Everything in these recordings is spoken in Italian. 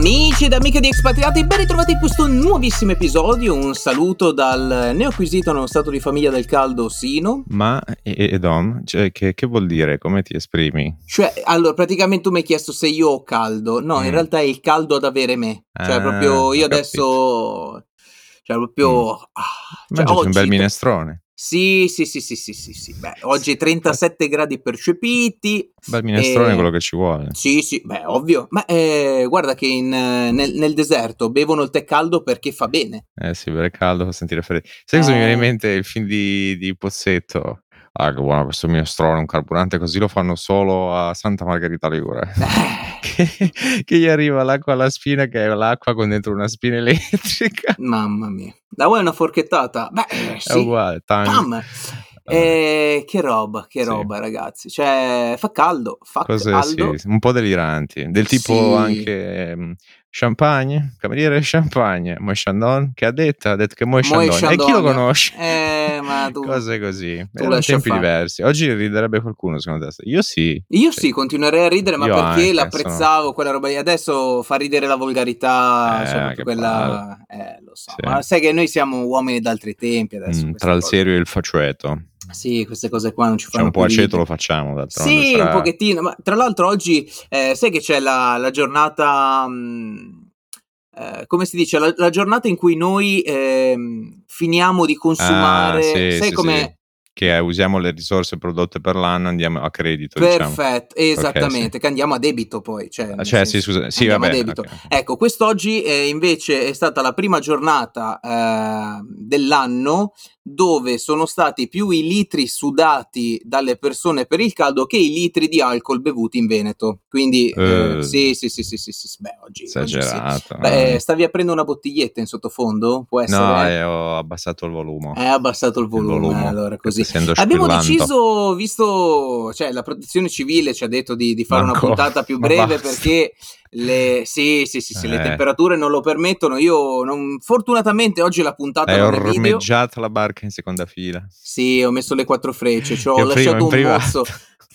Amici ed amiche di Expatriati, ben ritrovati in questo nuovissimo episodio. Un saluto dal neoacquisito nello stato di famiglia del caldo Sino. Ma Dom, cioè, che vuol dire? Come ti esprimi? Cioè, allora, praticamente tu mi hai chiesto se io ho caldo. No, in realtà è il caldo ad avere me. Cioè, proprio Ho io capito. adesso... Cioè, proprio... cioè, Mangiati un bel oggi... minestrone. Sì. Beh, oggi 37 gradi percepiti. Un bel minestrone è quello che ci vuole. Sì, beh, ovvio. Ma guarda che nel deserto bevono il tè caldo perché fa bene. Sì, bere caldo fa sentire freddo. Sai cosa mi viene in mente? Il film di Pozzetto. Ah, che buono questo minestrone, un carburante così lo fanno solo a Santa Margherita Ligure. Che gli arriva l'acqua alla spina, che è l'acqua con dentro una spina elettrica. Mamma mia. Da voi una forchettata? Beh, È sì. uguale, Pam! Che roba, Sì. ragazzi. Cioè, fa caldo, Cose caldo. sì, un po' deliranti. Del tipo Sì. anche champagne, cameriere champagne, Moët Chandon, che ha detto? Ha detto che Moët Moët Chandon. E chi lo Chandon. conosce? Ma tu... Cose così. tu Erano lascia tempi fare. diversi. Oggi riderebbe qualcuno secondo te? Io sì. Io Cioè, sì, continuerei a ridere, ma io perché anche, l'apprezzavo quella roba lì. Adesso fa ridere la volgarità, cioè proprio che quella... lo so. Sì. Ma sai che noi siamo uomini d'altri tempi adesso. Tra il cose. serio e il faceto. Sì, queste cose qua non ci C'è fanno un po' più aceto, ridere. lo facciamo d'altronde. Sì, Sarà... un pochettino, ma tra l'altro oggi sai che c'è la giornata, come si dice, la giornata in cui noi finiamo di consumare, sì, sai sì, come... sì. Che usiamo le risorse prodotte per l'anno, andiamo a credito, diciamo. Perfetto, esattamente, Okay, sì. che andiamo a debito poi, cioè nel Cioè sì, senso, scusa, sì andiamo a vabbè, debito. okay. Ecco, quest'oggi invece è stata la prima giornata dell'anno dove sono stati più i litri sudati dalle persone per il caldo che i litri di alcol bevuti in Veneto. Quindi sì, beh, oggi sì. Esagerato. Beh, stavi aprendo una bottiglietta in sottofondo? Può No, essere? ho abbassato il volume. Abbassato il volume, allora Che così. essendo Abbiamo squillante. deciso, visto, cioè la protezione civile ci ha detto di fare una puntata più Ma breve basta. perché le temperature non lo permettono. Io fortunatamente oggi la puntata Hai non è video. ormeggiato la barca in seconda fila. Sì, ho messo le 4 frecce, ci ho In lasciato un privato. mozzo.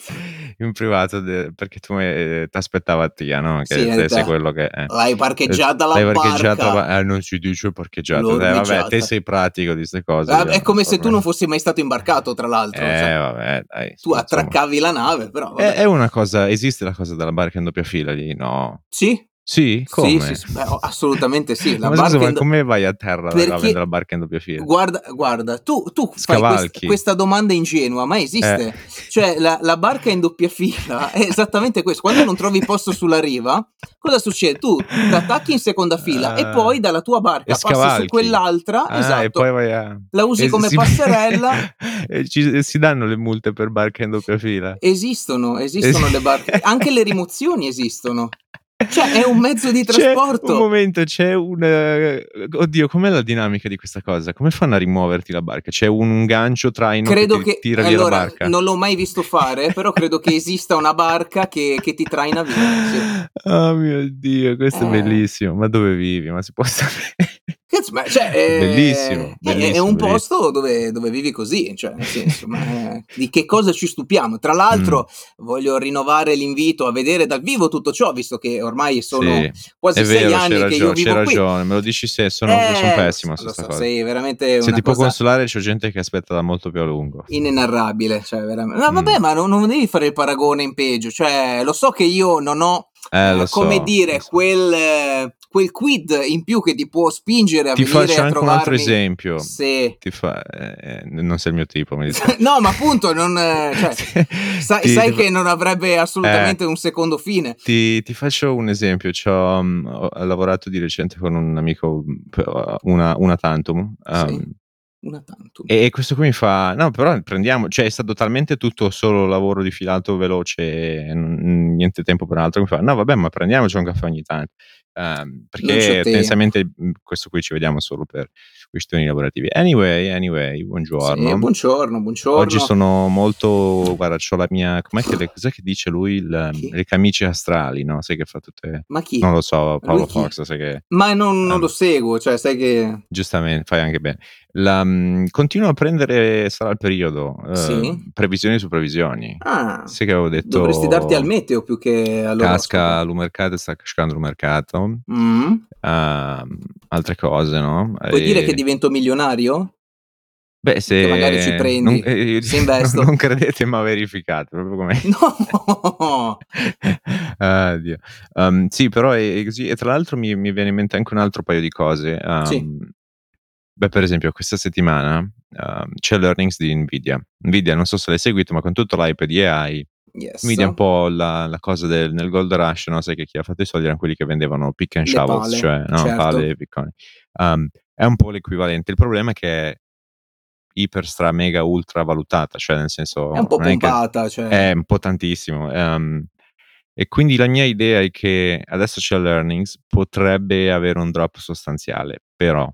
In privato perché tu t'aspettava a Tia, no, Sì, che in te sei realtà quello che l'hai parcheggiata la l'hai parcheggiata barca. non si dice parcheggiata. L'ho Vabbè, te ormeggiata. sei pratico di 'ste cose, io È come se tu proprio non fossi mai stato imbarcato, tra l'altro. Cioè, vabbè dai, tu insomma. attraccavi la nave, però vabbè. È una cosa, esiste la cosa della barca in doppia fila lì? No. Sì. Sì? Sì, Come? beh, assolutamente sì. La Ma scusa, barca ma in do come vai a terra avendo perché la barca in doppia fila? guarda, tu fai Scavalchi. questa domanda ingenua, ma esiste? Cioè la barca in doppia fila è esattamente questo. Quando non trovi posto sulla riva, cosa succede? Tu t'attacchi in seconda fila e poi dalla tua E barca passi su scavalchi. quell'altra, E poi esatto, vai a la usi come passerella. e si danno le multe per barca in doppia fila? Esistono Es le barche, anche le rimozioni esistono. Cioè è un mezzo di C'è un trasporto. momento, c'è un oddio, com'è la dinamica di questa cosa? Come fanno a rimuoverti la barca? C'è un gancio traino che Credo ti che tira via la allora, barca? non l'ho mai visto fare, però credo che esista una barca che ti traina via, sì. Oh mio Dio, questo è Eh, bellissimo. Ma dove vivi? Ma si può sapere? cazzo, ma cioè, Bellissimo, è bellissimo, un belliss posto dove vivi così, cioè nel senso, ma di che cosa ci stupiamo? Tra l'altro voglio rinnovare l'invito a vedere dal vivo tutto ciò, visto che ormai sono Sì, quasi è 6 vero, anni che io c'hai vivo qui. ragione, me lo dici se son pessimo su Lo 'sta so, cosa. sei veramente Se una ti può cosa consolare, c'ho gente che aspetta da molto più a lungo. inenarrabile, cioè no vabbè, ma non devi fare il paragone in peggio, cioè lo so che io non ho, Lo come so, dire, lo so. quel quid in più che ti può spingere a Ti venire faccio a anche un altro trovarmi esempio. se Non sei il mio tipo, mi dispiace. no, ma appunto non cioè, sai Ti che non avrebbe assolutamente un secondo fine. ti faccio un esempio. Ho lavorato di recente con un amico, una tantum, Sì, una tantum. e questo qui mi fa: "No, però prendiamo", cioè è stato talmente tutto solo lavoro di filato veloce e niente tempo per altro, mi fa: "No vabbè, ma prendiamoci un caffè ogni tanto", Non c'ho perché tempo. tendenzialmente, questo qui ci vediamo solo per questioni lavorative. Anyway, Sì, buongiorno. buongiorno, Oggi buongiorno. sono molto, guarda, c'ho la mia, cos'è che dice lui, Chi? le camicie astrali, no, sai che fa tutte, Ma chi? non lo so, Lui Paolo chi? Fox, sai che, Ma non lo ehm seguo, cioè sai che giustamente, fai anche bene. Continuo a prendere, sarà il periodo, sì? previsioni su previsioni. Ah, Sai che avevo dovresti darti al detto meteo più che all'oroscopo. casca lu mercato, sta cascando lu mercato, video, altre cose, no? Puoi dire che divento milionario? Beh, Che magari ci se prendi, se investo. non credete, ma verificate, proprio come No! ah Dio. Sì, però è così, e tra l'altro mi viene in mente anche un altro paio di cose. Sì. Beh, per esempio questa settimana, c'è l'earnings di Nvidia. Nvidia, non so se l'hai seguito, ma con tutto l'hype di AI, Yes. Nvidia è un po' la cosa nel gold rush, no, sai che chi ha fatto i soldi erano quelli che vendevano pick and Le shovels, pale, cioè, no, certo. pale e picconi. È un po' l'equivalente. Il problema è che è iper stra mega ultra valutata, cioè nel senso È un po' non è che pompata, cioè. è un po' tantissimo. E quindi la mia idea è che adesso c'è l'earnings, potrebbe avere un drop sostanziale, però,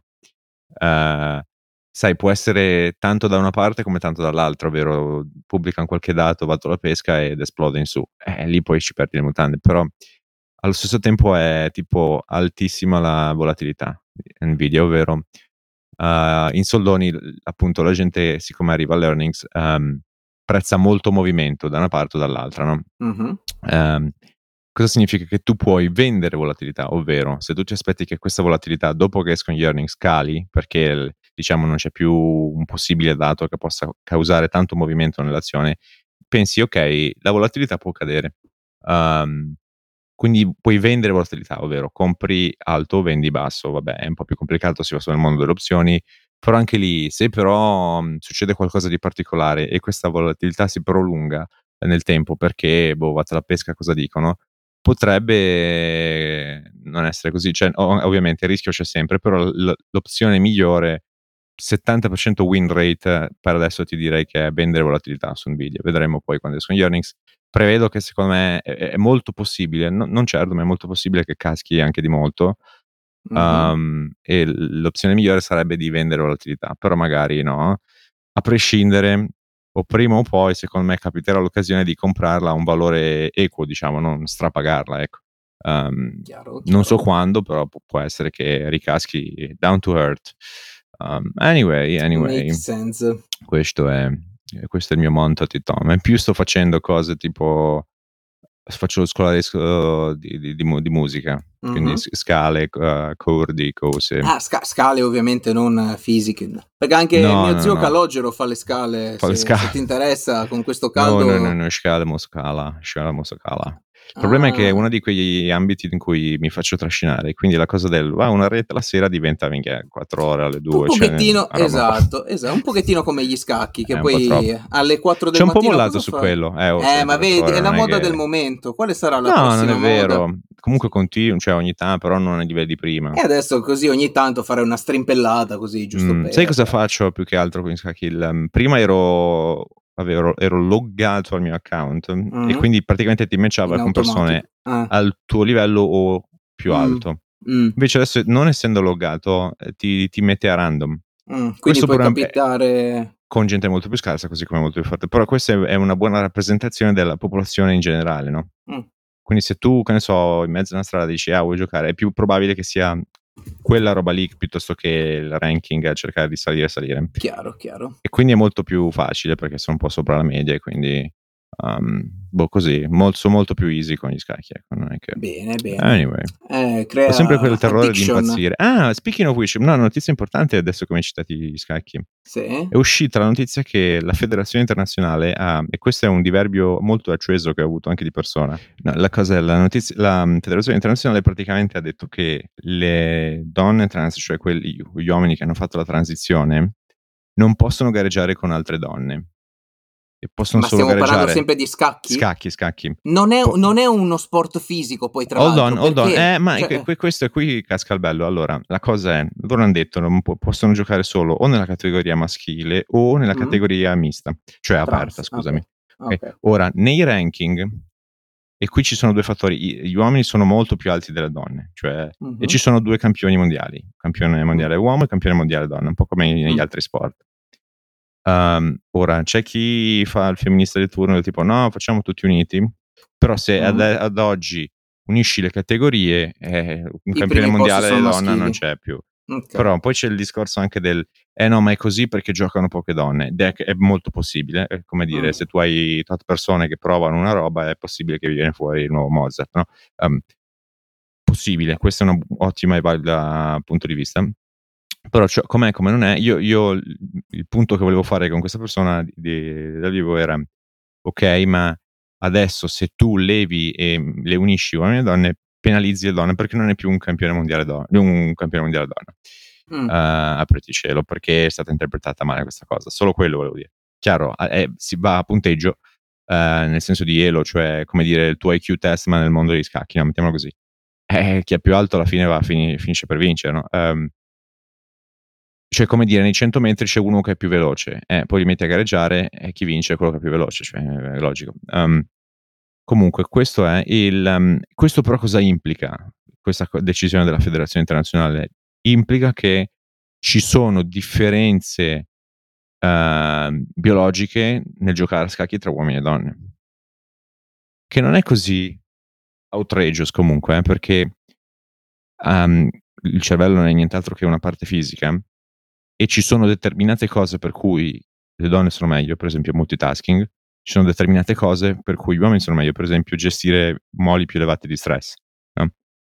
sai, può essere tanto da una parte come tanto dall'altra, ovvero pubblican qualche dato, fatto la pesca ed esplode in su. Lì poi ci perdi le mutande, però allo stesso tempo è tipo altissima la volatilità di Nvidia, ovvero, in soldoni appunto la gente, siccome arriva all'earnings, prezza molto movimento da una parte o dall'altra, no? Mh-mh. Cosa significa? Che tu puoi vendere volatilità, ovvero se tu ti aspetti che questa volatilità dopo che escono gli earnings cali, perché diciamo non c'è più un possibile dato che possa causare tanto movimento nell'azione, pensi: "Okay, la volatilità può cadere". Uhm, quindi puoi vendere volatilità, ovvero compri alto, vendi basso. Vabbè, è un po' più complicato, si va solo nel mondo delle opzioni, però anche lì se però, succede qualcosa di particolare e questa volatilità si prolunga nel tempo perché, boh, vatte alla pesca cosa dicono, potrebbe non essere così. Cioè, ovviamente il rischio c'è sempre, però l'opzione migliore, 70% win rate, per adesso ti direi che è vendere volatilità su Nvidia. Vedremo poi quando escono gli earnings. Prevedo che secondo me è molto possibile, non certo, ma è molto possibile che caschi anche di molto. Mh-mh. E l'opzione migliore sarebbe di vendere volatilità, però magari no. A prescindere, o prima o poi, secondo me capiterà l'occasione di comprarla a un valore equo, diciamo, non strapagarla, ecco. Chiaro, Non so chiaro. quando, però può essere che ricaschi down to earth. Anyway, Makes sense. questo è il mio motto di Tom. In più sto facendo cose tipo faccio scuola di musica, quindi Mh-mh. scale, accordi, cose. Ah, scale ovviamente, non fisiche. Perché anche No, mio no, zio no, Calogero fa le scale, fa le se scale. ti interessa, con questo No, no, no, caldo. no, scala mo scala. Il problema è che è Ah, uno di quegli ambiti in cui mi faccio trascinare, quindi la cosa del: "Va, una rete la sera", diventa minchia 4 ore alle un 2, cioè una pochettino roba un po' esatto, un pochettino come gli scacchi, è che un po' poi troppo. alle 4 del C'ho un po' mattino mollato cosa su fai? quello. Sempre Ma 4 vedi, è ore la non è moda del che momento. Quale sarà la no, non è prossima moda? vero. Comunque Sì. continuo, cioè ogni però non ai livelli di prima. E adesso così ogni tanto fare una strimpellata così, giusto Sai cosa per. faccio più che altro con gli scacchi? Prima ero loggato al mio account, e Mh-mh. quindi praticamente ti In matchava con automatico. persone Ah. al tuo livello o più Mh. alto. Mh. Invece adesso, non essendo loggato, ti mette a random. Quindi Questo puoi pure capitare. con gente molto più scarsa, così come molto più forte. Però questa è una buona rappresentazione della popolazione in generale, no? Mh. Quindi se tu, che ne so, in mezzo a una strada dici: "Ah, vuoi giocare?" È più probabile che sia quella roba lì piuttosto che il ranking a cercare di salire, salire. Chiaro, chiaro. E quindi è molto più facile perché sono un po' sopra la media e quindi, boh, così, molto più easy con gli scacchi, ecco, non è che Bene, bene. anyway. Ho sempre quel Crea terrore di addiction. impazzire. Ah, speaking of which, una notizia importante adesso che mi hai citati gli scacchi. Sì? È uscita la notizia che la federazione internazionale ha, e questo è un diverbio molto acceso che ho avuto anche di persona. No, la federazione internazionale praticamente ha detto che le donne trans, cioè gli uomini che hanno fatto la transizione, non possono gareggiare con altre donne e possono Ma solo stiamo parlando gareggiare sempre di scacchi? scacchi. Non è Po non è uno sport fisico poi tra Hold on, l'altro, hold on. perché Ma è cioè che questo qui casca il bello. Allora, la cosa è, loro han detto non possono giocare solo o nella categoria maschile o nella mh? categoria mista, cioè aperta, Trans, scusami. Okay. okay. Ora, nei ranking, e qui ci sono 2 fattori: gli uomini sono molto più alti delle donne, cioè, e Mh-mh. ci sono 2 campioni mondiali, campione Mh. mondiale uomo e campione mondiale donna, un po' come negli Mh. altri sport. Ora c'è chi fa il femminista di turno del tipo: "No, facciamo tutti uniti", però se Mh. ad oggi unisci le categorie, un I campione primi posti mondiale son donna non maschili. c'è più. Okay. Però poi c'è il discorso anche del: "Eh no, ma è così perché giocano poche donne", ed è molto possibile. È come dire, Mh. se tu hai tot persone che provano una roba, è possibile che viene fuori il nuovo Mozart, no, uhm possibile, questa è una ottima e valida punto di vista. Però com'è, come non è, io il punto che volevo fare con questa persona dal vivo era: okay, ma adesso se tu levi e le unisci uomini e donne, penalizzi le donne perché non è più un campione mondiale donna. Mh. Apriti cielo, perché è stata interpretata male questa cosa. Solo quello volevo dire. Chiaro, si va a punteggio, nel senso di elo, cioè come dire il tuo IQ test ma nel mondo degli scacchi, no, mettiamolo così. Chi è più alto alla fine finisce per vincere, no, cioè come dire nei 100 metri c'è uno che è più veloce, poi li metti a gareggiare e chi vince è quello che è più veloce, cioè è logico. Comunque questo è questo però cosa implica? Questa decisione della federazione internazionale implica che ci sono differenze, biologiche nel giocare a scacchi tra uomini e donne. Che non è così outrageous comunque, perché, il cervello non è nient'altro che una parte fisica e ci sono determinate cose per cui le donne sono meglio, per esempio multitasking, ci sono determinate cose per cui gli uomini sono meglio, per esempio gestire moli più elevati di stress, no,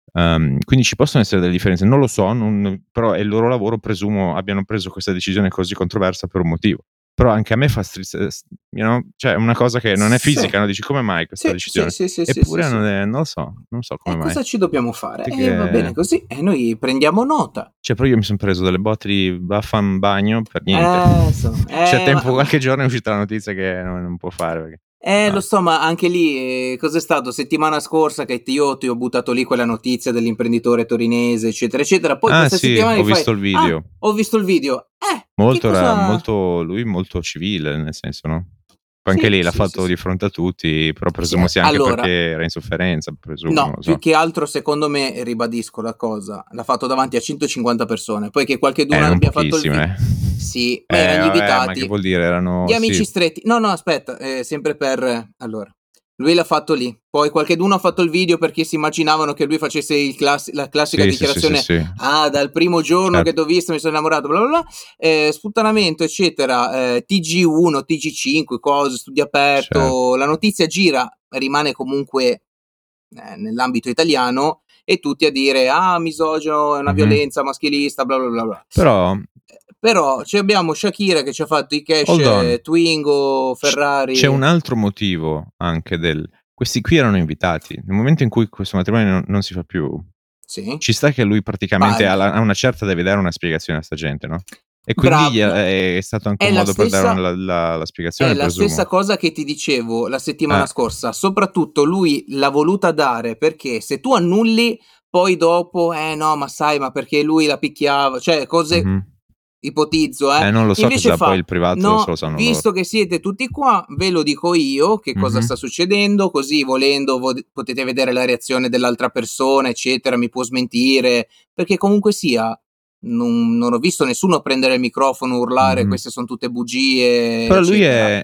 quindi ci possono essere delle differenze, non lo so, però è il loro lavoro, presumo abbiano preso questa decisione così controversa per un motivo. Però anche a me fa cioè è una cosa che non è Sì. fisica, no, dici: "Come mai questa Sì, sì, decisione?" sì, sì, sì, sì, Eppure sì. non so come E mai. cosa ci dobbiamo fare? Sai Va bene che così e noi prendiamo nota. cioè però io mi son preso delle botte di "Vaffan bagno" per niente. Insomma, Cioè ma tempo qualche giorno è uscita la notizia che non può fare perché lo ah, so, ma anche lì, cos'è stato? Settimana scorsa che ti ho buttato lì quella notizia dell'imprenditore torinese, eccetera, eccetera. Poi ah questa sì, settimana ho mi fai: visto il "Ah, video. ho visto il video". Che Molto cosa lui molto civile, nel senso, no, poi anche sì, lei l'ha sì, sì, fatto sì. di fronte a tutti, però Sì, presumo sia anche perché allora era in sofferenza, presumo, non no, lo più so. che altro secondo me, ribadisco la cosa, l'ha fatto davanti a 150 persone, poi che qualcheduno Non abbia fatto il pochissime, sì, ma eran gli vabbè, ma che invitati, vuol dire? gli Erano sì, amici stretti. No, no, aspetta, sempre per allora, lui l'ha fatto lì, poi qualcheduno ha fatto il video perché si immaginavano che lui facesse la classica sì, sì, sì, sì, dichiarazione: sì, "Ah, dal primo giorno che certo. t'ho visto mi sono innamorato, bla bla bla", sputtanamento, eccetera, TG1, TG5, cose, studio Certo. aperto, la notizia gira, rimane comunque nell'ambito italiano e tutti a dire: "Ah, misogino, è una Mh-mh. violenza maschilista, bla bla bla bla". Però Però abbiamo Shakira che ci ha fatto i cash, hold on, Twingo, c'è Ferrari un altro motivo anche questi qui erano invitati. Nel momento in cui questo matrimonio non si fa più, sì, ci sta che lui praticamente bad. a una certa deve dare una spiegazione a 'sta gente, no, e quindi No, è stato anche è un la modo per dare stessa la è spiegazione, la stessa presumo. cosa che ti dicevo la settimana Eh. scorsa. Soprattutto lui l'ha voluta dare perché se tu annulli, poi dopo: no, ma sai, ma perché lui la picchiava", cioè cose Mh-mh. ipotizzo, Non lo so invece cosa poi fa: il privato se "No, lo sanno loro. visto che siete tutti qua, ve lo dico io che cosa Mh-mh. sta succedendo, così volendo potete vedere la reazione dell'altra persona, eccetera, mi può smentire", perché comunque sia non ho visto nessuno prendere il microfono, urlare: Mh-mh. "Queste son tutte bugie", Però lui eccetera.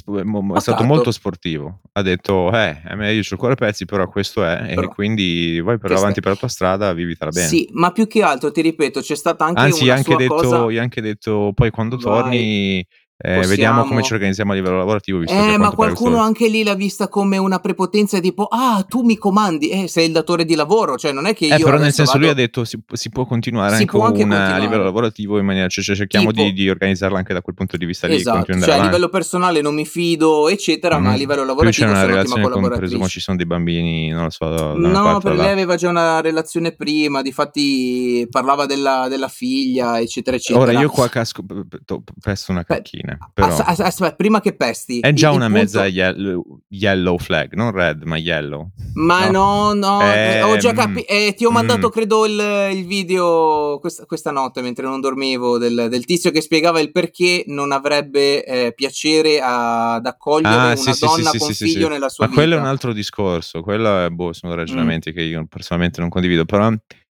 è stato molto Pacato, sportivo. Ha detto: a me io c'ho il cuore a pezzi, però questo è, e però quindi vai per che stai avanti per la tua strada, vivitela bene." sì, ma più che altro ti ripeto, c'è stata anche Anzi, una sua cosa gli ha anche detto: "Poi quando vai, torni, vediamo come ci possiamo organizziamo a livello lavorativo, visto che a Ma quanto pare qualcuno questo." anche lì l'ha vista come una prepotenza tipo: "Ah, tu mi comandi, sei il datore di lavoro, cioè non è che io Però nel adesso senso lui ha vado". detto: Si può continuare Si anche può anche a livello continuare. lavorativo in maniera, cioè cerchiamo Tipo di organizzarla anche da quel punto di vista lì e esatto, continua ad cioè a andare livello avanti." personale non mi fido, eccetera, ma a Mh-mh. livello Più c'è lavorativo una sei un'ottima relazione con, presumo ci collaboratrice. son dei bambini, non lo so, da una No, parte o perché lei dall'altra. aveva già una relazione prima, difatti parlava della figlia, eccetera, Ora eccetera. io qua casco pesto una Pe cacchina, però prima che pesti, è già il una mezza punto yellow flag, non red, ma yellow, ma no? no, no, ho già Mh, ti ho mh. mandato credo il video questa notte mentre non dormivo del tizio che spiegava il perché non avrebbe, piacere ad accogliere Ah, sì, una sì, sì, donna sì, con sì, sì, figlio sì. nella sua Ma quello è un vita. altro discorso, quello è boh, sono Mh, ragionamenti che io personalmente non condivido, però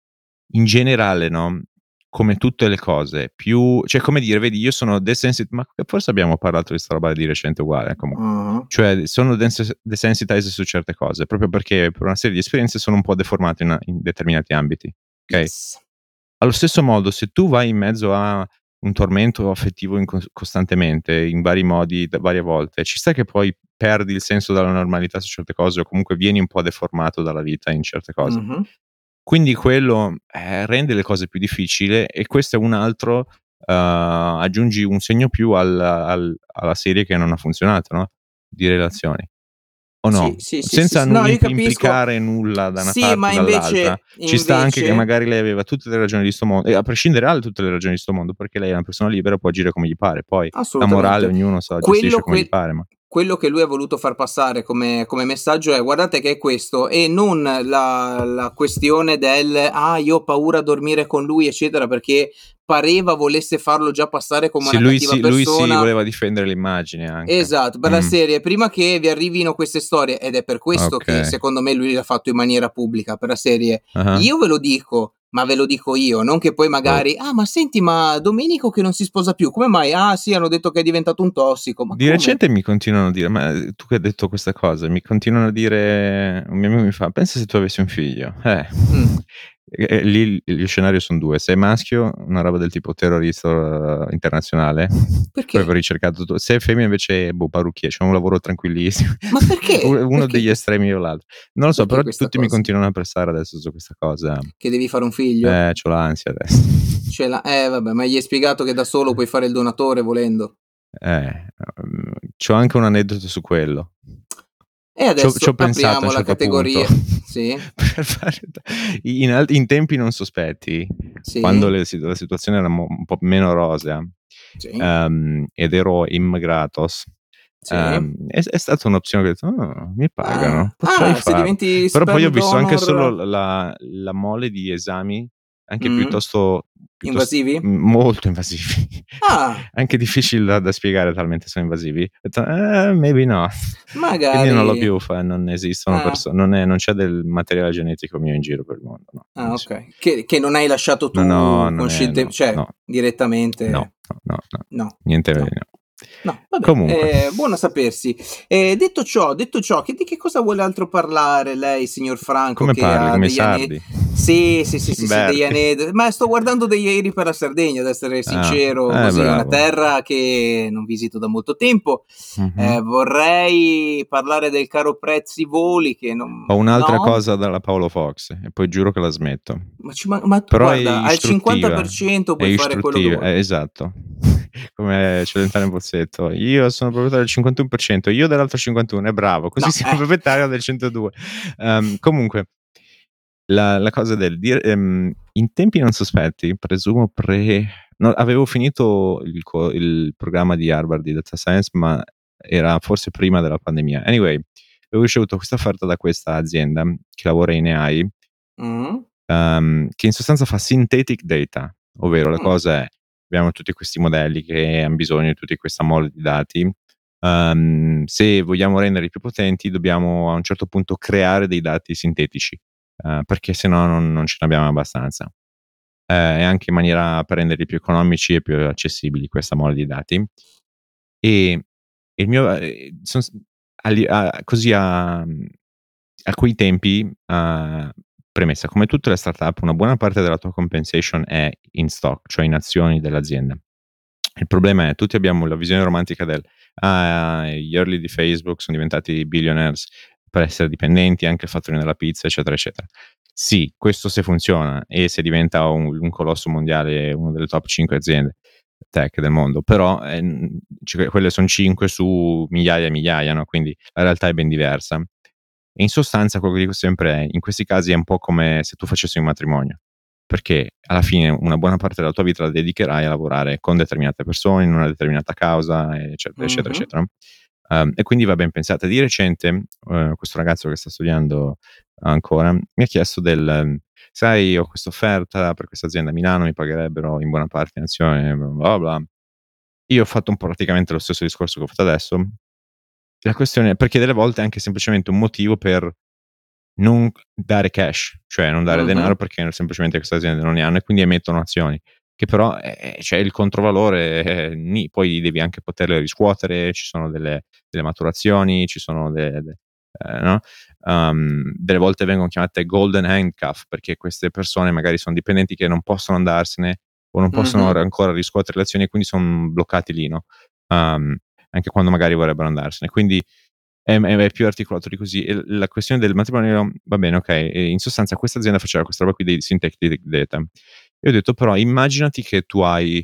in generale, no, come tutte le cose, più cioè come dire, vedi io sono ma forse abbiamo parlato di 'sta roba di recente uguale, comunque. mh-mh. Cioè sono desensitized su certe cose, proprio perché per una serie di esperienze sono un po' deformato in determinati ambiti, okay? Yes. Allo stesso modo, se tu vai in mezzo a un tormento affettivo costantemente, in vari modi, da varie volte, ci sta che poi perdi il senso della normalità su certe cose o comunque vieni un po' deformato dalla vita in certe cose. Mh-mh. Quindi quello, rende le cose più difficili e questo è un altro aggiungi un segno più alla serie che non ha funzionato, no, di relazioni. O Sì, no? sì, sì, sì, Senza sì. No, io capisco. implicare nulla da una Sì, parte ma o dall'altra, ci sta anche che magari lei aveva tutte le ragioni di 'sto mondo e a prescindere dalle tutte le ragioni di 'sto mondo, perché lei è una persona libera, può agire come gli pare. Poi la morale assolutamente. ognuno se la gestisce Quello come gli que pare, ma quello che lui ha voluto far passare come messaggio è: "Guardate che è questo", e non la questione del: "Ah, io ho paura a dormire con lui", eccetera, perché pareva volesse farlo già passare come sì, una cattiva lui si persona. voleva difendere l'immagine anche. Esatto, per la serie, prima che vi arrivino queste storie, ed è per questo che Okay. secondo me lui l'ha fatto in maniera pubblica, per la serie: Ah-ah. "Io ve lo dico, ma ve lo dico io", non che poi Boh. magari: "Ah, ma senti, ma Domenico che non si sposa più, come mai?" "Ah sì, hanno detto che è diventato un tossico." "Ma Di come?" recente mi continuano a dire ma, tu che hai detto questa cosa, mi continuano a dire un mio amico mi fa: "Pensa se tu avessi un figlio." Mh, Lì gli scenari son 2: se è maschio, una roba del tipo terrorista internazionale, proprio perché? ricercato tu se è femmina invece, boh, parrucchiere, c'ha un lavoro tranquillissimo. Ma perché? Uno Perché degli questa estremi o l'altro. Non lo so, perché però questa tutti mi cosa? continuano a pressare adesso su questa cosa. Che devi fare un figlio? C'ho l'ansia adesso. Ce l'ha vabbè, ma gli hai spiegato che da solo puoi fare il donatore volendo? C'ho anche un aneddoto su quello. E C'ho adesso pensato a un apriamo la certo punto, categoria. Sì, per fare in tempi non sospetti, quando sì, la situazione era un po' meno rosea, sì, ed ero immigratos, sì. è stata un'opzione che ho detto: "Ah, mi pagano, potrei Se farlo." diventi Però poi sperm ho visto anche solo donor. la mole di esami, anche Mh. piuttosto Invasivi? molto invasivi, Ah, anche difficili da spiegare talmente sono invasivi. Ho detto: maybe not." Quindi non l'ho magari. più non esistono Ah, non c'è del materiale genetico mio in giro per il mondo, no, non esiste. okay. Che non hai lasciato No, no, tu non è consciente, no, cioè no, no, direttamente. no, no, no, No, niente no. no. No, vabbè, Comunque, buono a sapersi. Detto ciò, che di che cosa vuole altro parlare lei, signor Franco, come che parli? ha Come i degli sardi? sì, sì, sì, sì, sì, degli Berti. ma sto guardando degli aerei per la Sardegna, ad essere Ah, sincero, così, una bravo. terra che non visito da molto tempo. Mh-mh. Vorrei parlare del caro prezzi voli che Ho non un'altra no? cosa dalla Paolo Fox e poi giuro che la smetto. Ma Però è guarda, al istruttiva, 50% è puoi fare quello che istruttiva, vuoi. esatto. Come Celentano e Pozzetto: "Io sono proprietario del 51%, io dell'altro 51", bravo, così No, sei proprietario del 102. Comunque la cosa del dire in tempi non sospetti, presumo no, avevo finito il programma di Harvard di Data Science, ma era forse prima della pandemia. Anyway, avevo ricevuto questa offerta da questa azienda che lavora in AI, mh, che in sostanza fa synthetic data, ovvero la mh, cosa è: abbiamo tutti questi modelli che han bisogno di tutti questa mole di dati, se vogliamo renderli più potenti dobbiamo a un certo punto creare dei dati sintetici, perché se no non ce ne abbiamo abbastanza. E anche in maniera per renderli più economici e più accessibili questa mole di dati. E il mio son s a li a così a quei tempi, premessa, come tutte le startup, una buona parte della tua compensation è in stock, cioè in azioni dell'azienda. Il problema è, tutti abbiamo la visione romantica del: "Ah, gli early di Facebook son diventati billionaires per essere dipendenti, anche il fattorino della pizza, eccetera, eccetera." Sì, questo se funziona e se diventa un colosso mondiale, uno delle top 5 aziende tech del mondo, però, quelle son 5 su migliaia e migliaia, no, quindi la realtà è ben diversa. E in sostanza quello che dico sempre è: in questi casi è un po' come se tu facessi un matrimonio, perché alla fine una buona parte della tua vita la dedicherai a lavorare con determinate persone, in una determinata causa, eccetera, eccetera, mh-mh. eccetera. E quindi va ben pensata. Di recente, questo ragazzo che sta studiando ancora, mi ha chiesto "Sai, ho quest'offerta per questa azienda a Milano, mi pagherebbero in buona parte in azioni, bla bla bla". Io ho fatto un po' praticamente lo stesso discorso che ho fatto adesso. La questione perché delle volte è anche semplicemente un motivo per non dare cash, cioè non dare Mh-mh. denaro perché semplicemente queste aziende non ne hanno e quindi emettono azioni, che però, c'è il controvalore, nì, poi devi anche poterle riscuotere, ci sono delle maturazioni, ci sono no, delle volte vengono chiamate golden handcuff, perché queste persone magari son dipendenti che non possono andarsene o non possono Mh-mh. ancora riscuotere le azioni e quindi son bloccati lì, no, uhm, anche quando magari vorrebbero andarsene. Quindi è più articolato di così. E la questione del matrimonio, va bene, ok. E in sostanza questa azienda faceva questa roba qui dei synthetic data. E ho detto, però immaginati che tu hai,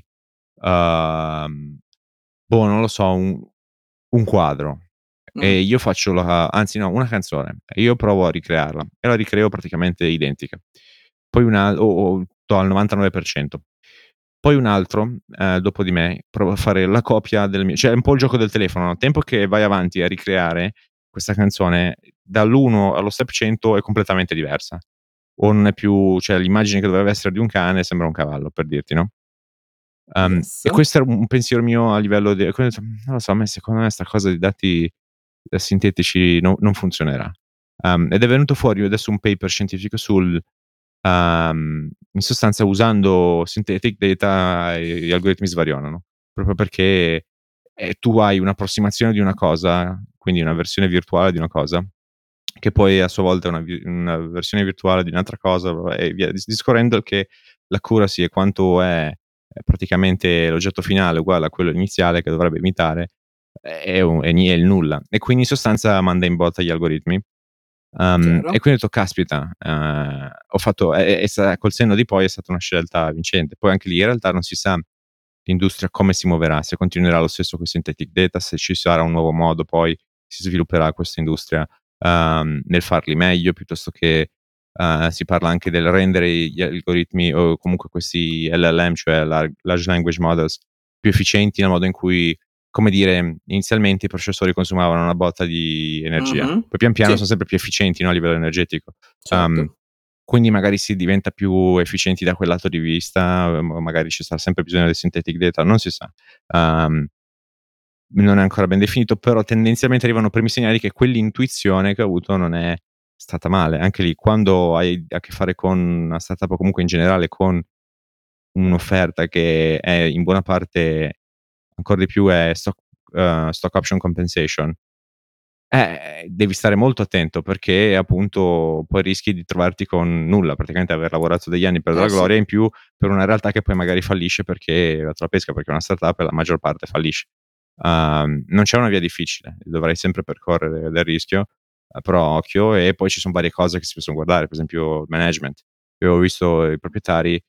non lo so, un quadro e io faccio anzi no, una canzone e io provo a ricrearla e la ricreo praticamente identica. Poi o al 99%. Poi un altro, dopo di me, prova a fare la copia del mio, cioè è un po' il gioco del telefono, no, tempo che vai avanti a ricreare questa canzone, dall'1 allo step 100 è completamente diversa. O non è più, cioè l'immagine che doveva essere di un cane sembra un cavallo, per dirti, no? Yes. E questo era un pensiero mio a livello non lo so, a me secondo me 'sta cosa di dati sintetici non funzionerà. Ed è venuto fuori adesso un paper scientifico in sostanza usando synthetic data gli algoritmi svarionano, proprio perché, tu hai un'approssimazione di una cosa, quindi una versione virtuale di una cosa, che poi a sua volta è una versione virtuale di un'altra cosa e via discorrendo, che l'accuracy e quanto è praticamente l'oggetto finale uguale a quello iniziale che dovrebbe imitare, è il nulla. E quindi in sostanza manda in botta gli algoritmi. E quindi ho detto: "Caspita", ho fatto col senno di poi è stata una scelta vincente. Poi anche lì in realtà non si sa l'industria come si muoverà, se continuerà lo stesso con synthetic data, se ci sarà un nuovo modo poi si svilupperà questa industria, nel farli meglio piuttosto che, si parla anche del rendere gli algoritmi o comunque questi LLM, cioè large language models, più efficienti nel modo in cui, come dire, inizialmente i processori consumavano una botta di energia, poi pian piano Sì, sono sempre più efficienti, no, a livello energetico. Um, certo. quindi magari si diventa più efficienti da quel lato di vista, magari ci sarà sempre bisogno del synthetic data, non si sa. Um, Non è ancora ben definito, però tendenzialmente arrivano primi segnali che quell'intuizione che ho avuto non è stata male. Anche lì, quando hai a che fare con una startup o comunque in generale con un'offerta che è in buona parte, ancora di più, è stock option compensation, devi stare molto attento perché appunto poi rischi di trovarti con nulla, praticamente aver lavorato degli anni per la Sì. gloria, in più per una realtà che poi magari fallisce perché va sulla pesca, perché una startup la maggior parte fallisce. Non c'è una via difficile, dovrai sempre percorrere del rischio, però occhio. E poi ci son varie cose che si possono guardare, per esempio il management. Io ho visto i proprietari,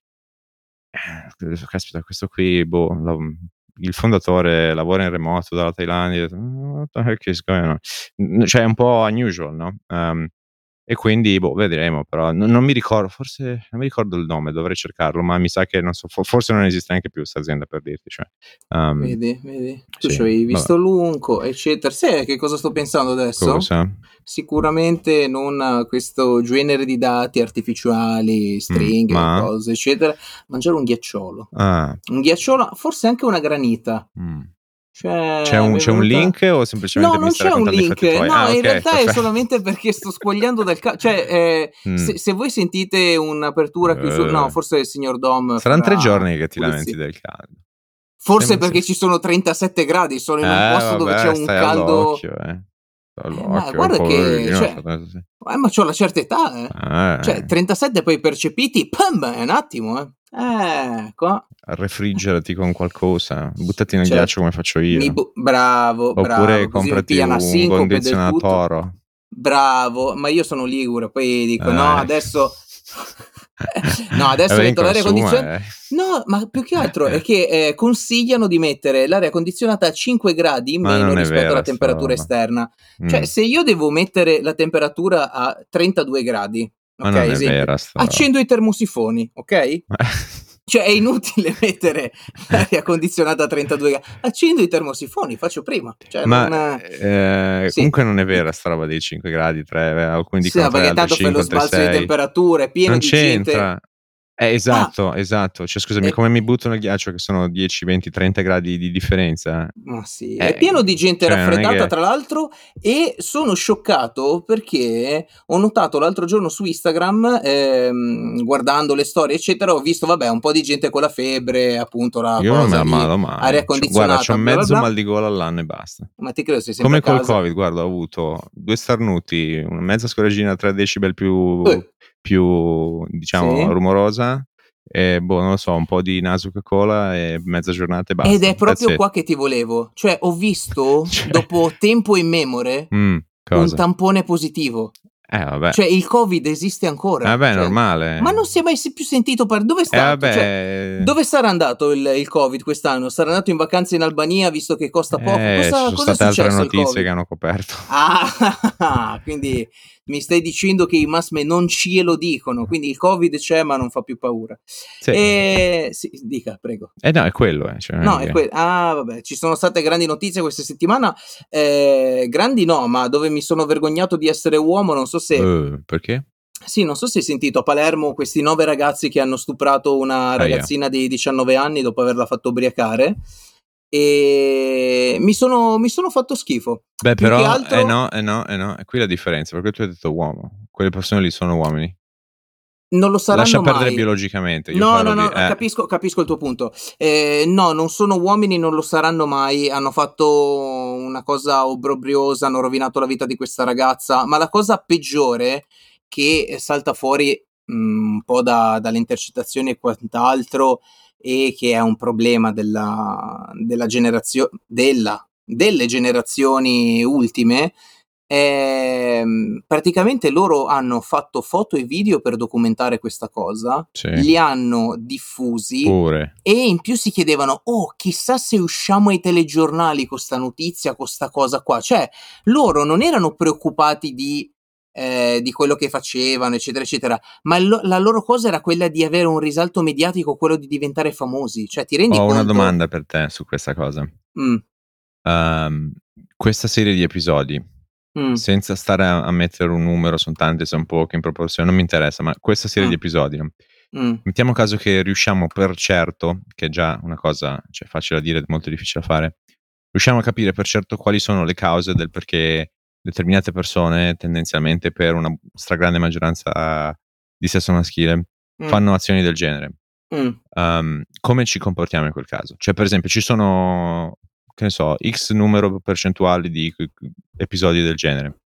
ho detto: "Caspita, questo qui, il fondatore lavora in remoto dalla Thailandia", ho detto: "What the heck is going on?" Cioè è un po' unusual, no, e quindi vedremo, però non mi ricor forse non mi ricordo il nome, dovrei cercarlo, ma mi sa che non so, forse non esiste neanche più 'sta azienda, per dirti, cioè, Vedi, vedi? Tu sì, c'avevi vabbè. visto l'unco, eccetera. Sai che cosa sto pensando adesso? Cosa? Sicuramente non a questo genere di dati artificiali, stringhe, Ma? cose, eccetera, mangiare un ghiacciolo. Ah, Un ghiacciolo, forse anche una granita. mh. Cioè, mi è C'è un venuta link o no, semplicemente mi non stai c'è un raccontando i link. fatti tuoi? No, Ah, in okay, realtà è perfetto. solamente perché sto sfogliando cioè, Mh. se voi sentite un'apertura, no, forse il signor Dom Saran 3 farà giorni che ti lamenti pulizia. del caldo. Forse Sì. perché ci sono 37 gradi, sono in un posto dove c'è Vabbè, un stai caldo all'occhio, stai ma all'occhio, guarda che poverino, cioè ma c'ho una certa età, eh. Cioè eh. 37 poi percepiti, pam, è un attimo, eh. Qua Refrigerati con qualcosa, buttati nel ghiaccio certo. come faccio io. Bravo, Oppure bravo, così mi comprati piglia una un sincope del tutto. condizionatoro. Bravo, ma io sono ligure, poi dico: "No, Eh. adesso no, adesso Vabbè, in metto l'aria consumo, no, ma più che altro è che, consigliano di mettere l'aria condizionata a 5 gradi in Ma meno non è rispetto alla vera sta temperatura roba. esterna. Cioè, Mh. se io devo mettere la temperatura a 32 gradi, Ma okay, non è esempio, vera sta roba. accendo i termosifoni, okay? Cioè è inutile mettere l'aria condizionata a 32 accendo i termosifoni, faccio prima, cioè Ma, non sì, comunque non è vera dica. sta roba dei 5 gradi, 3, alcuni Sì, dicono ma 3, perché altri tanto fai lo 5, altri sbalzo di 6. temperatura, è pieno Non di gente c'entra. ah, Esatto, esatto. Cioè scusami, e come mi butto nel ghiaccio che sono 10, 20, 30 gradi di differenza? ma sì, è pieno di Mhmm, gente cioè non è raffreddata che tra l'altro e sono scioccato perché ho notato l'altro giorno su Instagram, guardando le storie eccetera, ho visto vabbè un po' di gente con la febbre, appunto la io non me cosa la lì, ammalo aria mai. Guarda, c'ho condizionata, bla bla mezzo bla, mal di gola all'anno e basta. ma ti credo sei sempre Come a col casa. Covid, guarda, ho avuto 2 starnuti, una mezza scorreggina a 3 decibel più Uh, più diciamo sì, rumorosa, boh, non lo so, un po' di naso Coca-Cola e mezza giornata e basta. Ed è That's proprio it. qua che ti volevo. Cioè, ho visto, Cioè, dopo tempo immemore, un cosa? tampone positivo. Vabbè. Cioè, il Covid esiste ancora. Vabbè, Cioè, normale. ma non si è mai più sentito dove sta? Cioè, Vabbè. dove sarà andato il Covid quest'anno? Sarà andato in vacanza in Albania visto che costa poco? Ci sono Cosa è state altre successo al notizie Covid? che hanno coperto. Ah, quindi mi stai dicendo che i mass media non ce lo dicono, quindi il Covid c'è ma non fa più paura. Sì. Sì, dica, prego. No, è quello. Cioè, No, vabbè, ci sono state grandi notizie questa settimana, grandi no, ma dove mi sono vergognato di essere uomo, non so se... Perché? Sì, non so se hai sentito a Palermo questi 9 ragazzi che hanno stuprato una ragazzina di 19 anni dopo averla fatto ubriacare e mi sono fatto schifo. Beh, Più che però, altro no, è qui la differenza, perché tu hai detto uomo, quelle persone lì sono uomini. non lo Lascia saranno perdere mai. biologicamente, io No, parlo di... capisco il tuo punto. No, non sono uomini, non lo saranno mai. Hanno fatto una cosa obbrobriosa, hanno rovinato la vita di questa ragazza. Ma la cosa peggiore che salta fuori un po' dalle intercettazioni e quant'altro, e che è un problema delle generazioni ultime. Praticamente loro hanno fatto foto e video per documentare questa cosa, Sì. li hanno diffusi Pure. e in più si chiedevano: oh, chissà se usciamo ai telegiornali con sta notizia, con sta cosa qua. Cioè, loro non erano preoccupati di quello che facevano, eccetera, eccetera, ma la loro cosa era quella di avere un risalto mediatico, quello di diventare famosi. Cioè, ti rendi Ho conto? una domanda per te su questa cosa. Questa serie di episodi, senza stare a mettere un numero, son tanti, son pochi, in proporzione, non mi interessa, ma questa serie di episodi, no, mettiamo caso che riusciamo per certo, che è già una cosa, cioè, facile da dire, molto difficile da fare, riusciamo a capire per certo quali sono le cause del perché determinate persone, tendenzialmente per una stragrande maggioranza di sesso maschile, fanno azioni del genere. Come ci comportiamo in quel caso? Cioè, per esempio, ci sono, che ne so, X numero percentuali di episodi del genere.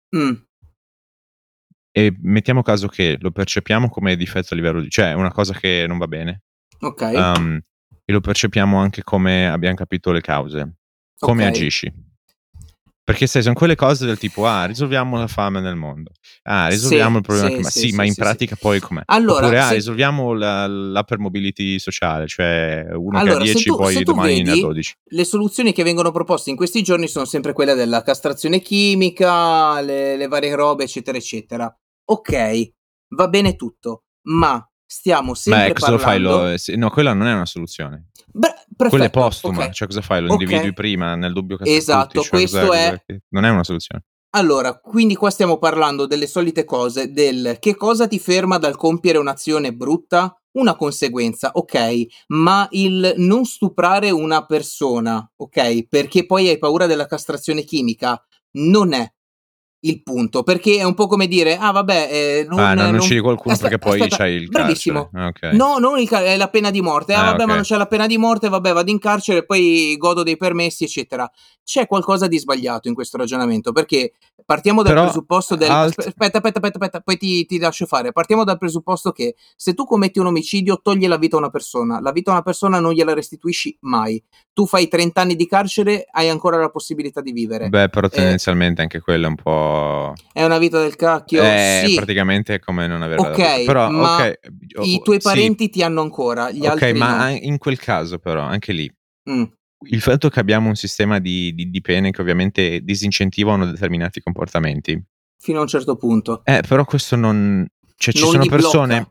E mettiamo caso che lo percepiamo come difetto a livello cioè, è una cosa che non va bene. Ok. E lo percepiamo anche come abbiam capito le cause. Come Ok. agisci? Perché sai, son quelle cose del tipo: risolviamo la fame nel mondo. Risolviamo il problema clima sì, ma in pratica poi com'è? Allora, Oppure: risolviamo l'hypermobility sociale, cioè uno che ha allora, se 10 poi tu domani ne ha vedi, 12. le soluzioni che vengono proposte in questi giorni sono sempre quelle della castrazione chimica, le varie robe, eccetera, eccetera. Ok, va bene tutto, ma stiamo sempre Cosa lo fai? parlando... No, quella non è una soluzione. Quella è Perfetto, postuma, ok. cioè cosa fai? Lo individui Ok, prima, nel dubbio castri tutti, esatto, cioè questo cos'è è... che non è una soluzione. Allora, quindi qua stiamo parlando delle solite cose, del che cosa ti ferma dal compiere un'azione brutta? Una conseguenza, ok, ma il non stuprare una persona, ok, perché poi hai paura della castrazione chimica, non è il punto, perché è un po' come dire: "Ah vabbè, Non non uccidi qualcuno perché poi aspetta, c'hai il carcere. bravissimo. Okay. No, non il è la pena di morte. Ah vabbè, ma non Okay. c'è la pena di morte, vabbè vado in carcere e poi godo dei permessi, eccetera." C'è qualcosa di sbagliato in questo ragionamento, perché partiamo dal Però presupposto aspetta, poi ti lascio fare. Partiamo dal presupposto che se tu commetti un omicidio, togli la vita a una persona. La vita a una persona non gliela restituisci mai. Tu fai 30 anni di carcere, hai ancora la possibilità di vivere. Beh, però tendenzialmente anche quello è un po' È una vita del cacchio? Sì, praticamente è come non averla da vita. okay, Però ma i tuoi sì, parenti ti hanno ancora, gli okay, altri ma no. in quel caso però, anche lì, Mh, il fatto che abbiamo un sistema di pene che ovviamente disincentivano determinati comportamenti. fino a un certo punto. Però questo non, cioè, ci Non sono li blocca. persone,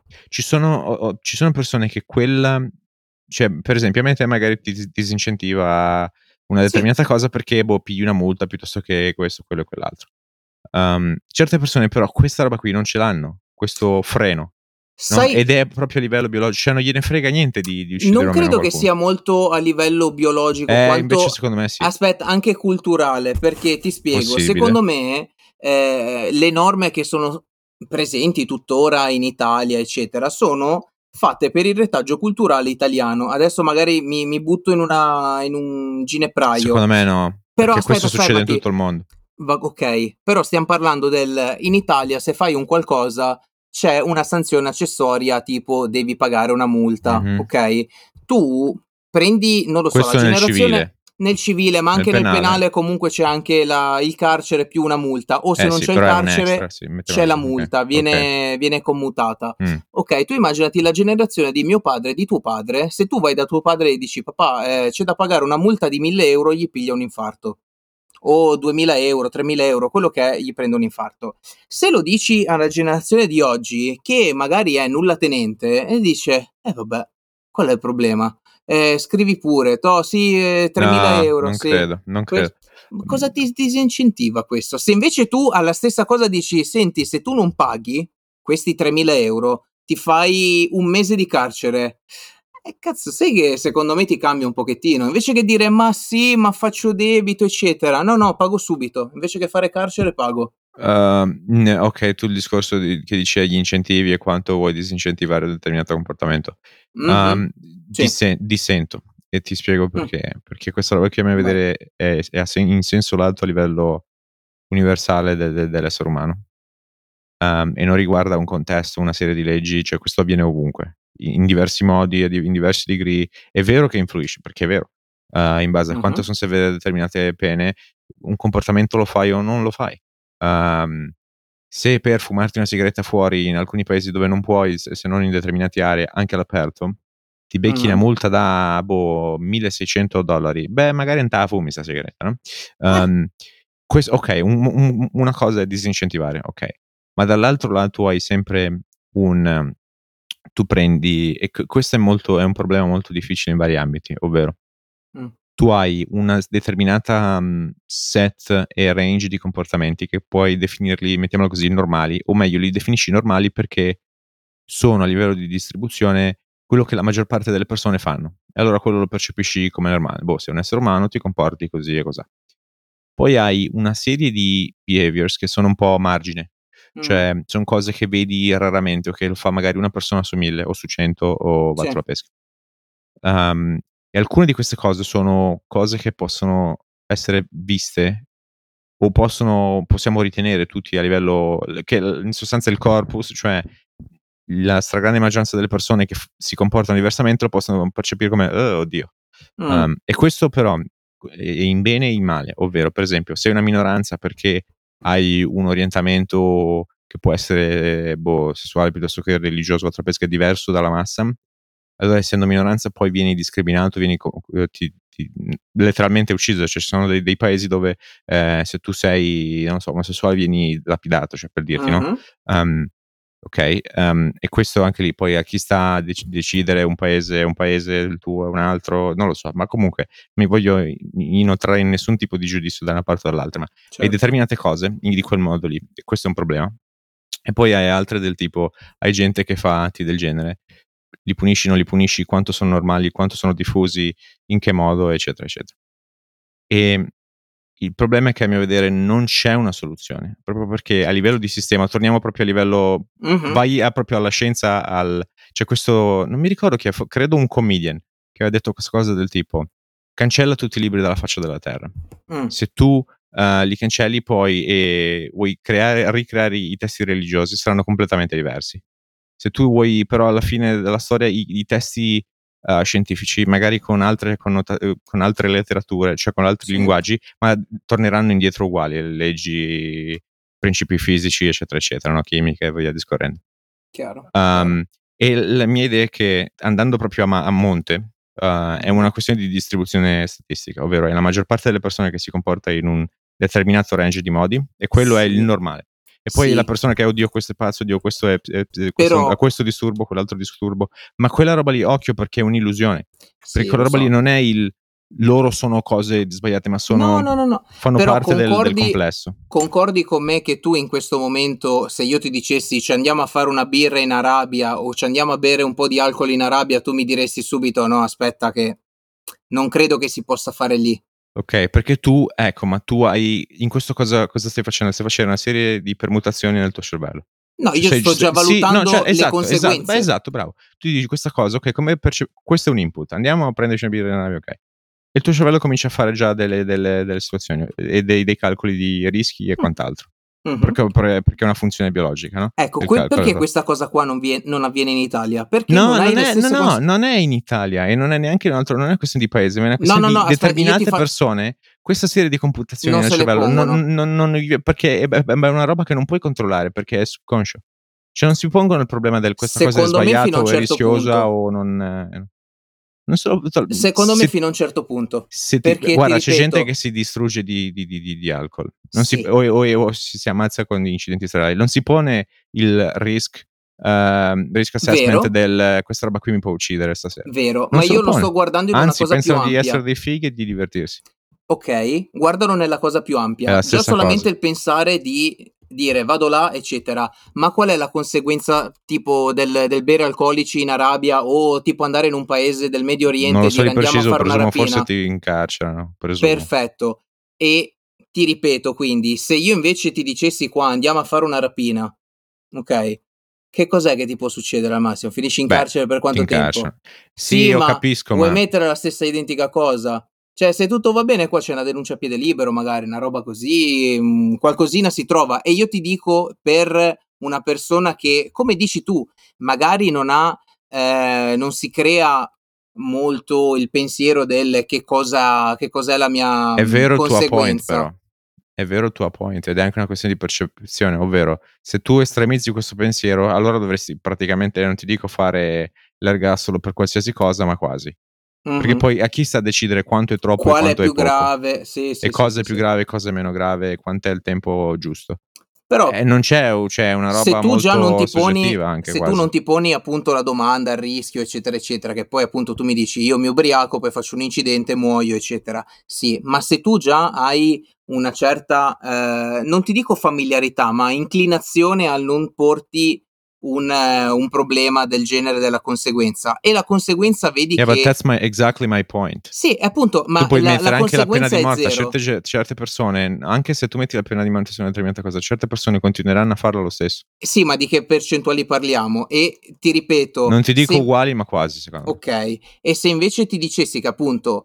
ci sono persone che quella, cioè, per esempio a me e te magari ti disincentiva una Sì, determinata cosa perché, boh, pigli una multa piuttosto che questo, quello e quell'altro. Certe persone però questa roba qui non ce l'hanno, questo freno, no, sai, ed è proprio a livello cioè non gliene frega niente di uccidere non o meno credo che qualcuno. sia molto a livello biologico Invece quanto secondo me sì, aspetta, anche culturale, perché ti spiego, possibile. secondo me, le norme che sono presenti tuttora in Italia, eccetera, sono fatte per il retaggio culturale italiano. Adesso magari mi butto in un ginepraio, Secondo me no, però perché questo aspetta, succede in fermati. tutto il mondo. Okay, però stiam parlando in Italia se fai un qualcosa c'è una sanzione accessoria, tipo devi pagare una multa, Mhm. ok? Tu prendi, non lo so, la Questo nel generazione civile, nel civile, ma nel anche nel penale. penale comunque c'è anche il carcere più una multa, o se Eh non sì, c'è il però è un extra, carcere sì, mettiamola c'è la così. Ok, multa, ok. viene commutata. Mm. Ok, tu immaginati la generazione di mio padre e di tuo padre, se tu vai da tuo padre e dici papà, c'è da pagare una multa di 1.000 euro, gli piglia un infarto. O 2.000 euro, 3.000 euro, quello che è, gli prende un infarto. Se lo dici alla generazione di oggi, che magari è nulla tenente, e dice, vabbè, qual è il problema? Scrivi pure, sì, 3.000 No, euro, non sì. credo, non credo. Cosa ti disincentiva questo? Se invece tu alla stessa cosa dici, senti, se tu non paghi questi 3.000 euro, ti fai un mese di carcere. Cazzo, sai che secondo me ti cambia un pochettino. Invece che dire, ma sì, ma faccio debito, eccetera. No, no, pago subito. Invece che fare carcere, pago. Ok, tu il discorso che dici agli incentivi e quanto vuoi disincentivare un determinato comportamento. Mhm. Sì. Dissento e ti spiego Mm, perché. Perché questa roba qui a mio vai. vedere in senso lato a livello universale dell'essere umano. E non riguarda un contesto, una serie di leggi, cioè questo avviene ovunque, in diversi modi e in diversi degree. È vero che influisce, perché è vero, in base a quanto Mhm, son severe determinate pene, un comportamento lo fai o non lo fai. Uhm, Se per fumarti una sigaretta fuori in alcuni paesi dove non puoi, se non in determinate aree, anche all'aperto, ti becchi una mhm. multa da, $1.600, beh, magari non te la fumi 'sta sigaretta, no? Uhm, Okay, una cosa è disincentivare, okay. Ma dall'altro lato hai sempre un tu prendi e questo è un problema molto difficile in vari ambiti, ovvero Mm, tu hai una determinata, set e range di comportamenti che puoi definirli, mettiamola così, normali, o meglio li definisci normali perché sono a livello di distribuzione quello che la maggior parte delle persone fanno. E allora quello lo percepisci come normale. Boh, sei un essere umano, ti comporti così e cosà. Poi hai una serie di behaviors che sono un po' a margine, mm. cioè son cose che vedi raramente o che lo fa magari una persona su 1000 o su 100 o va Sì. sulla pesca. Uhm, e alcune di queste cose sono cose che possono essere viste o possiamo ritenere tutti a livello che in sostanza il corpus, cioè la stragrande maggioranza delle persone che si comportano diversamente lo possono percepire come: oddio". Mm, E questo però è in bene e in male, ovvero per esempio sei una minoranza perché hai un orientamento che può essere, sessuale piuttosto che religioso o altra pesca diverso dalla massa, allora essendo minoranza poi vieni discriminato, vieni letteralmente ucciso. Cioè ci sono dei paesi dove, se tu sei, non so, omosessuale vieni lapidato, cioè per dirti, no, mhm. uhm, okay, e questo anche lì poi a chi sta a decidere è un paese, il tuo è un altro, non lo so, ma comunque mi voglio inoltrare in nessun tipo di giudizio da una parte o dall'altra, ma hai Certo. determinate cose di quel modo lì e questo è un problema. E poi hai altre del tipo hai gente che fa atti del genere, li punisci, non li punisci, quanto sono normali, quanto sono diffusi, in che modo, eccetera, eccetera. Ehm, il problema è che a mio vedere non c'è una soluzione, proprio perché a livello di sistema torniamo proprio a livello Mhm. vai a proprio alla scienza c'è questo non mi ricordo chi è, credo un comedian, che aveva detto questa cosa del tipo: "Cancella tutti i libri dalla faccia della terra". Mm, Se tu, li cancelli poi e vuoi ricreare i testi religiosi saranno completamente diversi. Se tu vuoi però alla fine della storia i testi, scientifici, magari con altre letterature, cioè con altri sì, linguaggi, ma torneranno indietro uguali, le leggi, principi fisici, eccetera, eccetera, no, chimica e via discorrendo. chiaro, chiaro. Uhm, e la mia idea è che andando proprio a monte, è Mhm. una questione di distribuzione statistica, ovvero è la maggior parte delle persone che si comporta in un determinato range di modi e quello è il Sì, normale. E poi la sì, persona che: "Oddio questo è pazzo, oddio questo questo ha però questo disturbo, quell'altro disturbo", ma quella roba lì occhio perché è un'illusione, perché sì, quella lo roba lì so. non è il loro sono cose sbagliate, ma No, no, no, no, fanno però parte del complesso. concordi con me che tu in questo momento, se io ti dicessi ci andiamo a fare una birra in Arabia o ci andiamo a bere un po' di alcol in Arabia, tu mi diresti subito no, aspetta che non credo che si possa fare lì. Okay, perché tu ecco, ma tu hai in questo cosa stai facendo? Stai facendo una serie di permutazioni nel tuo cervello. No, Cioè io sei sto già sì, no, cioè valutando le beh, conseguenze. esatto, bravo. Tu dici questa cosa, okay, come questo è un input, andiamo a prenderci una birra in nave, okay. E il tuo cervello comincia a fare già delle situazioni e dei calcoli di rischi e Mh. quant'altro. Mh-mh. Perché è una funzione biologica, no, Ecco, del perché calcolo. questa cosa qua non avviene in Italia? Perché No, non hai le stesse non è in Italia e non è neanche in un altro, non è una questione di paese, ma è una no, questione no, no, di io ti determinate fa persone, questa serie di computazioni non nel se le cervello pongono. non gli perché è una roba che non puoi controllare, perché è subconscio. Cioè non si pongono il problema del questa cosa è Secondo me fino sbagliata a un o è certo rischiosa punto. o non se lo tol Secondo me fino a un certo punto. se ti Perché ti guarda, c'è gente che ripeto si distrugge di alcol. Non si sì, o si ammazza con gli incidenti stradali. Non si pone il risk assessment vero, del: "Questa roba qui mi può uccidere stasera." vero, Non ma se lo io lo sto pone. guardando in una Anzi, cosa più pensano di essere ampia. dei fighi e di divertirsi. Okay, guardalo nella cosa più È ampia. la Già stessa cosa. solamente il pensare di dire: "Vado là, eccetera", ma qual è la conseguenza tipo del bere alcolici in Arabia o tipo andare in un paese del Medio Non Oriente lo e so dire: di "Andiamo a preciso, fare una presumo forse rapina"? ti incarcerano, presumo. Perfetto. E ti ripeto quindi, se io invece ti dicessi qua: "Andiamo a fare una rapina", okay, che cos'è che ti può succedere al massimo? Finisci in Beh, carcere per ti quanto tempo? incarcerano. Sì, Sì, io ma capisco, vuoi ma mettere la stessa identica cosa? Cioè, se tutto va bene qua c'è una denuncia a piede libero magari, una roba così, qualcosina si trova. E io ti dico per una persona che, come dici tu, magari non si crea molto il pensiero del che cos'è la mia, è vero il tuo point conseguenza. però. È vero il tuo point ed è anche una questione di percezione, ovvero se tu estremizzi questo pensiero, allora dovresti praticamente, non ti dico fare l'ergastolo per qualsiasi cosa, ma quasi. Perché Mh-mh. poi a chi sta a decidere quanto è troppo e Qual è quanto è più poco? grave? Sì, E sì, sì, cosa sì, è più sì. grave, cosa è meno grave, quant'è il tempo giusto? Però Non c'è c'è una se roba tu già non molto ti poni soggettiva anche se tu non quasi. ti poni appunto la domanda, il rischio, eccetera, eccetera, che poi appunto tu mi dici: "Io mi ubriaco, poi faccio un incidente, muoio", eccetera. Sì, ma se tu già hai una certa, non ti dico familiarità, ma inclinazione al non porti un problema del genere della conseguenza e la conseguenza vedi Yeah, but che that's exactly my point. sì, appunto, Tu ma puoi la mettere anche la pena conseguenza di è morte a 0. certe persone, anche se tu metti la pena di morte su una determinata cosa, certe persone continueranno a farlo lo stesso. Sì, ma di che percentuali parliamo? E ti ripeto, Non ti dico se uguali, ma quasi secondo me. okay, e se invece ti dicessi che appunto,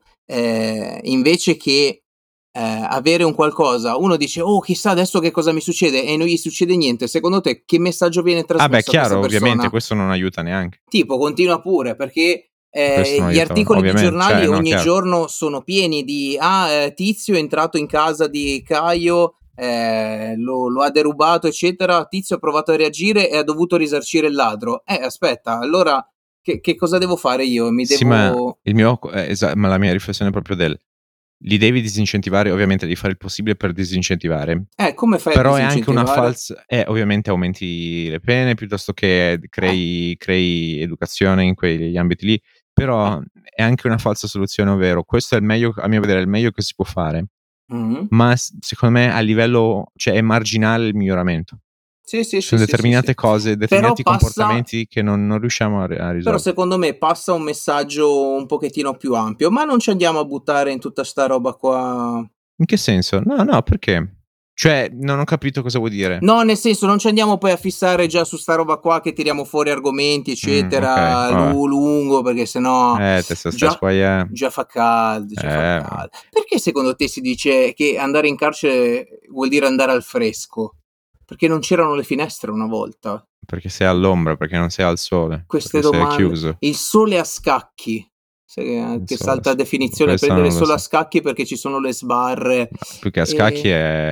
invece che, avere un qualcosa, uno dice: "Oh, chissà adesso che cosa mi succede", e non gli succede niente, secondo te che messaggio viene Ah beh, trasmesso a questa chiaro, ovviamente persona? questo non aiuta neanche. Tipo continua pure, perché, Questo non gli aiuta articoli di ovviamente, cioè giornali no, ogni chiaro. giorno sono pieni di: "Ah, Tizio è entrato in casa di Caio, lo ha derubato, eccetera. Tizio ha provato a reagire e ha dovuto risarcire il ladro". Aspetta, allora che cosa devo fare io? Mi Sì, ma devo il mio ma la mia riflessione è proprio li devi disincentivare, ovviamente devi fare il possibile per disincentivare, come fai a però è anche una disincentivare? ovviamente aumenti le pene piuttosto che Eh, crei educazione in quegli ambiti lì, eh. però è anche una falsa soluzione, ovvero questo è il meglio, a mio vedere, è il meglio che si può fare, Mh-mh. ma secondo me a livello, cioè è marginale il miglioramento. Sì, sì, Ci sì, sono sì, sì, sì. determinate cose, Però determinati passa comportamenti che non riusciamo a Però risolvere. secondo me passa un messaggio un pochettino più ampio, ma non ci andiamo a buttare in tutta 'sta roba qua. In che senso? No, no, perché? Cioè, non ho capito cosa vuoi dire. No, nel senso, non ci andiamo poi a fissare già su 'sta roba qua che tiriamo fuori argomenti, Okay, eccetera, vabbè. lungo, perché se no Te stai a già squaglià. già fa caldo, già fa Va Perché secondo te si dice che andare in carcere vuol dire andare al fresco? Perché non c'erano le finestre una volta. perché sei all'ombra, perché non sei al sole, Queste perché sei domande. chiuso. Il sole a scacchi. Sai Non che so s'alta s definizione Questo prendere non lo solo a so. scacchi perché ci sono le sbarre, Ma più che a scacchi ehm,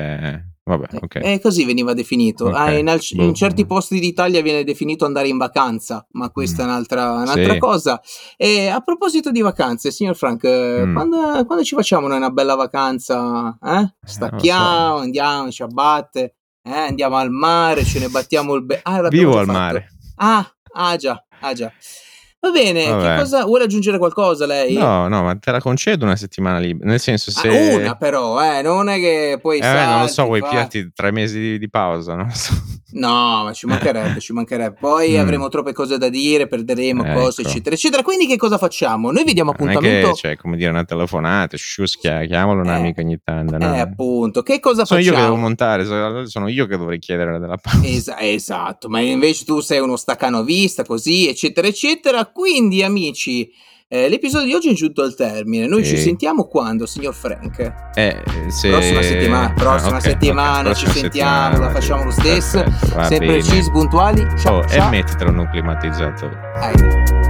è vabbè, okay. così veniva definito. Okay, In boh, certi posti d'Italia viene definito andare in vacanza, ma questa è un'altra sì, cosa. E a proposito di vacanze, signor Frank, mh, quando ci facciamo noi una bella vacanza, eh? non lo so. Stacchiamo, andiamo, ci abbatte, andiamo al mare, ce ne battiamo l'abbiamo Vivo già al fatto. mare. Ah già, ah già. Va bene, che Vabbè. cosa vuole aggiungere qualcosa lei? No, no, ma te la concedo una settimana nel senso Ah, una se però, non è che poi vabbè, non lo so, salti, vuoi fa pigliarti 3 mesi di pausa? Non lo so. no, ma ci mancherebbe, ci mancherebbe. Poi Mh, avremo troppe cose da dire, perderemo cose, ecco. eccetera, eccetera. Quindi che cosa facciamo? Noi vi diamo Non è che appuntamento cioè, come dire, una telefonata, chiamalo eh, un'amica ogni tanto, no. appunto. Che cosa Sono io che devo facciamo? montare, sono io che dovrei chiedere della pausa. Esatto, ma invece tu sei uno staccanovista, così, eccetera, eccetera. Quindi amici, L'episodio di oggi è giunto al termine. Noi ci sentiamo quando, signor Frank? Prossima settimana. Prossima settimana ci sentiamo, la facciamo lo stesso. Sempre precisi, puntuali. Ciao, ciao. E mettitelo in un climatizzatore.